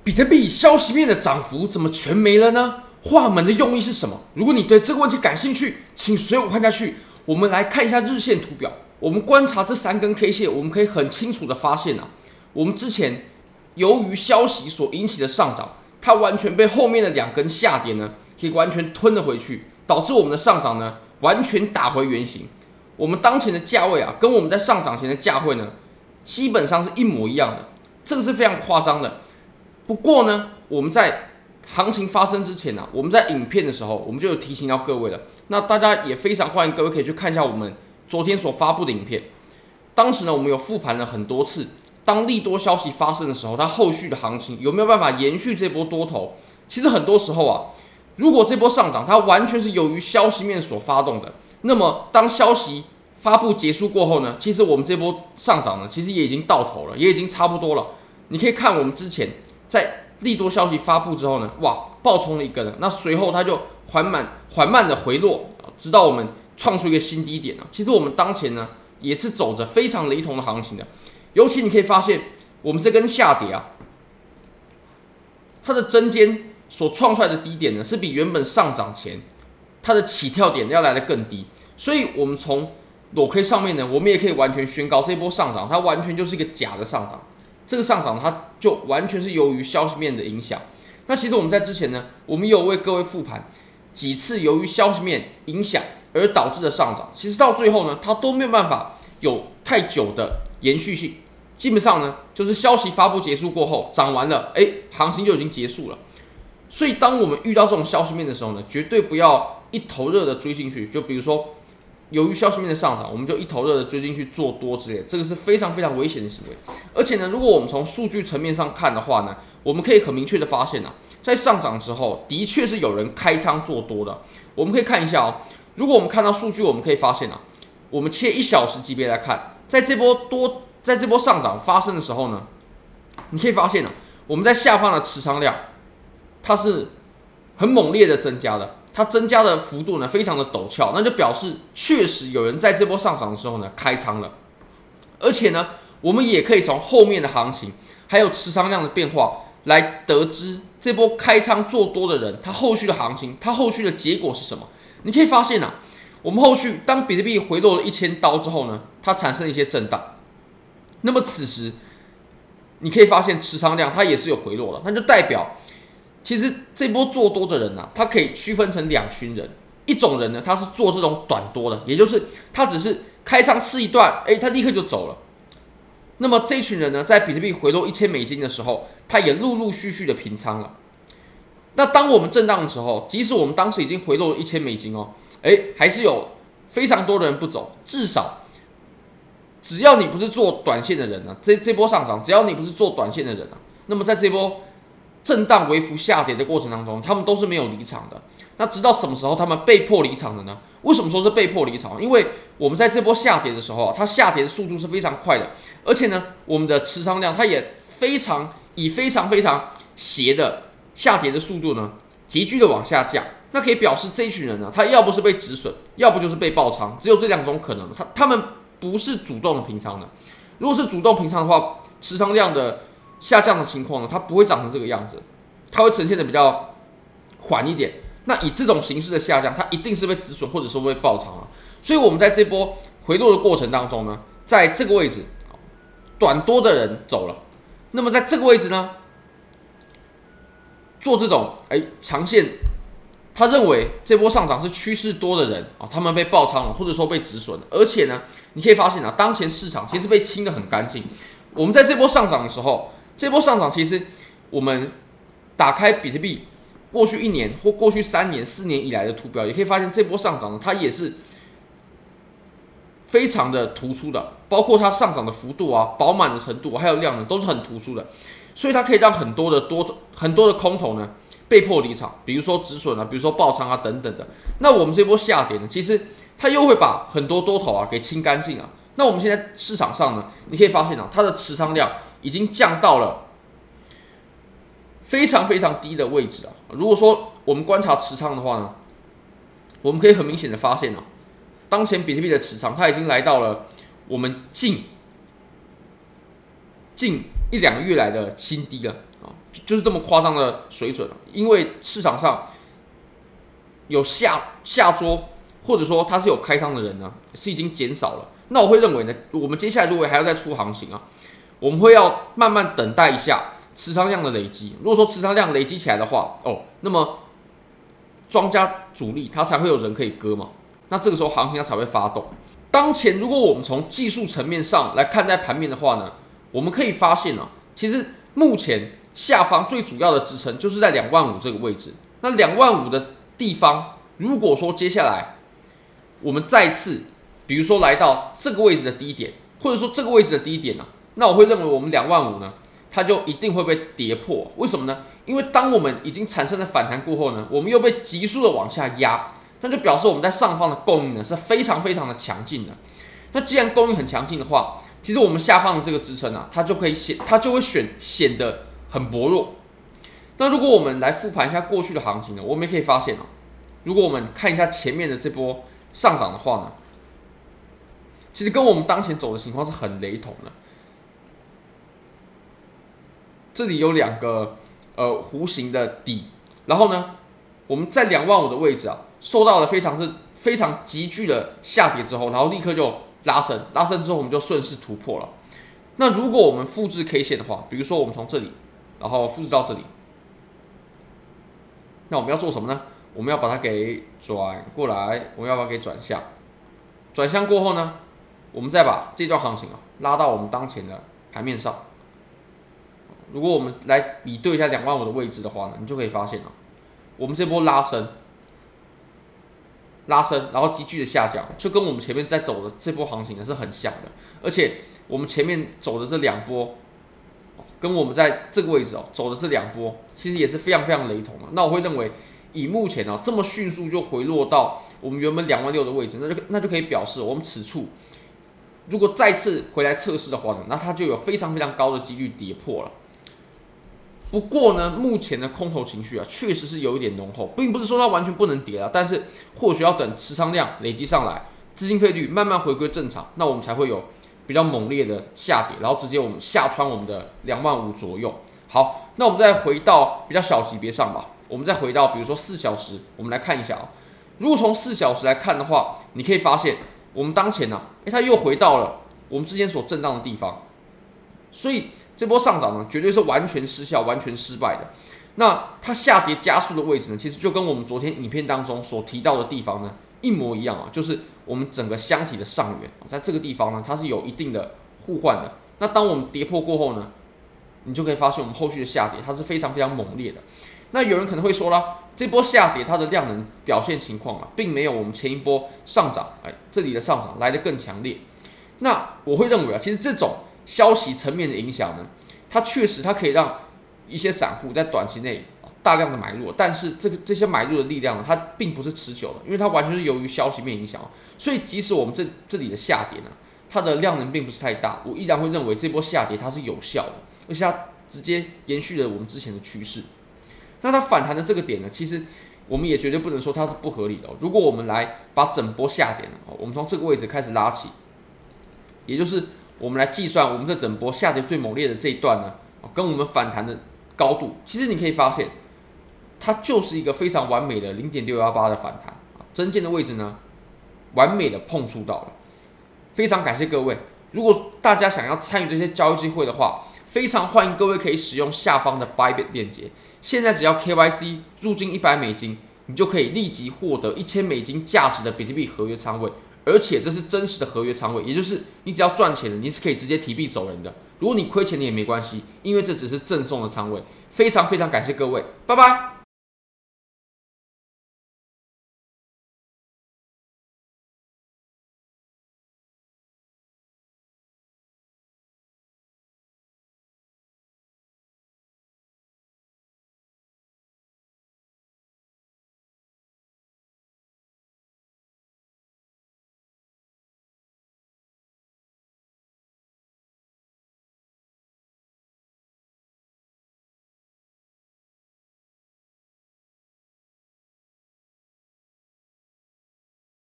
比特币消息面的涨幅怎么全没了呢？画门的用意是什么？如果你对这个问题感兴趣，请随我看下去。我们来看一下日线图表。我们观察这3根 K 线，我们可以很清楚的发现我们之前由于消息所引起的上涨，它完全被后面的2根下跌呢，可以完全吞了回去，导致我们的上涨呢完全打回原形。我们当前的价位跟我们在上涨前的价位呢，基本上是一模一样的，这个是非常夸张的。不过呢，我们在行情发生之前我们在影片的时候，我们就有提醒到各位了。那大家也非常欢迎各位可以去看一下我们昨天所发布的影片。当时呢，我们有复盘了很多次，当利多消息发生的时候，它后续的行情有没有办法延续这波多头？其实很多时候如果这波上涨它完全是由于消息面所发动的，那么当消息发布结束过后呢，其实我们这波上涨呢，其实也已经到头了，也已经差不多了。你可以看我们之前在利多消息发布之后呢，爆冲了一根，那随后它就缓慢的回落，直到我们创出一个新低点。其实我们当前呢也是走着非常雷同的行情的，尤其你可以发现我们这根下跌它的针尖所创出来的低点呢，是比原本上涨前它的起跳点要来得更低，所以我们从裸 K 上面呢，我们也可以完全宣告这波上涨它完全就是一个假的上涨。这个上涨它就完全是由于消息面的影响。那其实我们在之前呢，我们也有为各位复盘几次由于消息面影响而导致的上涨，其实到最后呢，它都没有办法有太久的延续性。基本上呢，就是消息发布结束过后，涨完了，行情就已经结束了。所以当我们遇到这种消息面的时候呢，绝对不要一头热的追进去。就比如说，由于消息面的上涨，我们就一头热的追进去做多之类的，这个是非常非常危险的行为。而且呢，如果我们从数据层面上看的话呢，我们可以很明确的发现在上涨之后，的确是有人开仓做多的。我们可以看一下如果我们看到数据，我们可以发现我们切1小时级别来看，在这波上涨发生的时候呢，你可以发现我们在下方的持仓量，它是很猛烈的增加的。它增加的幅度呢非常的陡峭，那就表示确实有人在这波上涨的时候呢开仓了。而且呢，我们也可以从后面的行情还有持仓量的变化来得知这波开仓做多的人他后续的行情，他后续的结果是什么。你可以发现我们后续当比特币回落了1000刀之后呢，它产生一些震荡。那么此时你可以发现持仓量它也是有回落的，那就代表其实这波做多的人他可以区分成2群人。一种人呢，他是做这种短多的，也就是他只是开仓吃一段，他立刻就走了。那么这一群人呢，在比特币回落$1000的时候，他也陆陆续续的平仓了。那当我们震荡的时候，即使我们当时已经回落了$1000还是有非常多的人不走。至少只要你不是做短线的人这波上涨，只要你不是做短线的人那么在这波震荡微幅下跌的过程当中，他们都是没有离场的。那直到什么时候他们被迫离场的呢？为什么说是被迫离场？因为我们在这波下跌的时候它下跌的速度是非常快的，而且呢，我们的持仓量它也以非常非常斜的下跌的速度呢，急剧的往下降。那可以表示这一群人呢，他要不是被止损，要不就是被爆仓，只有这2种可能。他们不是主动的平仓的。如果是主动平仓的话，持仓量的下降的情况呢，它不会长成这个样子，它会呈现的比较缓一点。那以这种形式的下降，它一定是被止损或者说被爆仓了。所以我们在这波回落的过程当中呢，在这个位置短多的人走了，那么在这个位置呢，做这种长线，他认为这波上涨是趋势多的人他们被爆仓了，或者说被止损了。而且呢，你可以发现当前市场其实被清得很干净。我们在这波上涨的时候，这波上涨其实我们打开比特币过去1年或过去3年、4年以来的图表，也可以发现这波上涨它也是非常的突出的，包括它上涨的幅度饱满的程度还有量能都是很突出的，所以它可以让很多的空头呢被迫离场，比如说止损比如说爆仓等等的。那我们这波下跌呢，其实它又会把很多多头给清干净那我们现在市场上呢，你可以发现它的持仓量已经降到了非常非常低的位置如果说我们观察持仓的话呢，我们可以很明显的发现当前比特币的持仓它已经来到了我们近1-2个月来的新低了就是这么夸张的水准因为市场上有下桌，或者说它是有开仓的人呢，是已经减少了。那我会认为呢，我们接下来如果还要再出行情我们会要慢慢等待一下持仓量的累积。如果说持仓量累积起来的话，那么庄家主力它才会有人可以割嘛，那这个时候行情它才会发动。当前如果我们从技术层面上来看待盘面的话呢，我们可以发现其实目前下方最主要的支撑就是在25000这个位置。那25000的地方，如果说接下来我们再次，比如说来到这个位置的低点，或者说这个位置的低点那我会认为我们25000呢，它就一定会被跌破。为什么呢？因为当我们已经产生了反弹过后呢，我们又被急速的往下压，那就表示我们在上方的供应呢是非常非常的强劲的。那既然供应很强劲的话，其实我们下方的这个支撑它就会显得很薄弱。那如果我们来复盘一下过去的行情呢，我们也可以发现如果我们看一下前面的这波上涨的话呢，其实跟我们当前走的情况是很雷同的。这里有2个弧形的底，然后呢，我们在25000的位置受到了非常急剧的下跌之后，然后立刻就拉升之后，我们就顺势突破了。那如果我们复制 K 线的话，比如说我们从这里，然后复制到这里，那我们要做什么呢？我们要把它给转过来，我们要把它给转向。转向过后呢，我们再把这段行情拉到我们当前的盘面上。如果我们来比对一下25000的位置的话呢，你就可以发现我们这波拉升，然后急剧的下降，就跟我们前面在走的这波行情呢是很像的。而且我们前面走的这2波，跟我们在这个位置走的这2波，其实也是非常非常雷同的。那我会认为，以目前这么迅速就回落到我们原本26000的位置，那就可以表示我们此处如果再次回来测试的话呢，那它就有非常非常高的几率跌破了。不过呢，目前的空头情绪确实是有一点浓厚，并不是说它完全不能跌但是或许要等持仓量累积上来，资金费率慢慢回归正常，那我们才会有比较猛烈的下跌，然后直接我们下穿我们的25000左右。好，那我们再回到比较小级别上吧，我们再回到比如说4小时，我们来看一下如果从4小时来看的话，你可以发现我们当前它又回到了我们之前所震荡的地方，所以这波上涨呢，绝对是完全失效、完全失败的。那它下跌加速的位置呢，其实就跟我们昨天影片当中所提到的地方呢一模一样就是我们整个箱体的上缘，在这个地方呢，它是有一定的互换的。那当我们跌破过后呢，你就可以发现我们后续的下跌它是非常非常猛烈的。那有人可能会说啦，这波下跌它的量能表现情况并没有我们前一波上涨，这里的上涨来得更强烈。那我会认为其实这种消息层面的影响呢，它确实可以让一些散户在短期内大量的买入，但是这些买入的力量呢，它并不是持久的，因为它完全是由于消息面影响。所以即使我们这里的下跌呢，它的量能并不是太大，我依然会认为这波下跌它是有效的，而且它直接延续了我们之前的趋势。那它反弹的这个点呢，其实我们也绝对不能说它是不合理的如果我们来把整波下跌呢，我们从这个位置开始拉起，也就是我们来计算我们这整波下跌最猛烈的这一段呢，跟我们反弹的高度，其实你可以发现，它就是一个非常完美的0.618的反弹，针尖的位置呢，完美的碰触到了。非常感谢各位，如果大家想要参与这些交易机会的话，非常欢迎各位可以使用下方的 Bybit 链接，现在只要 KYC 入金$100，你就可以立即获得$1000价值的比特币合约仓位。而且这是真实的合约仓位，也就是你只要赚钱了，你是可以直接提币走人的。如果你亏钱了也没关系，因为这只是赠送的仓位。非常非常感谢各位，拜拜。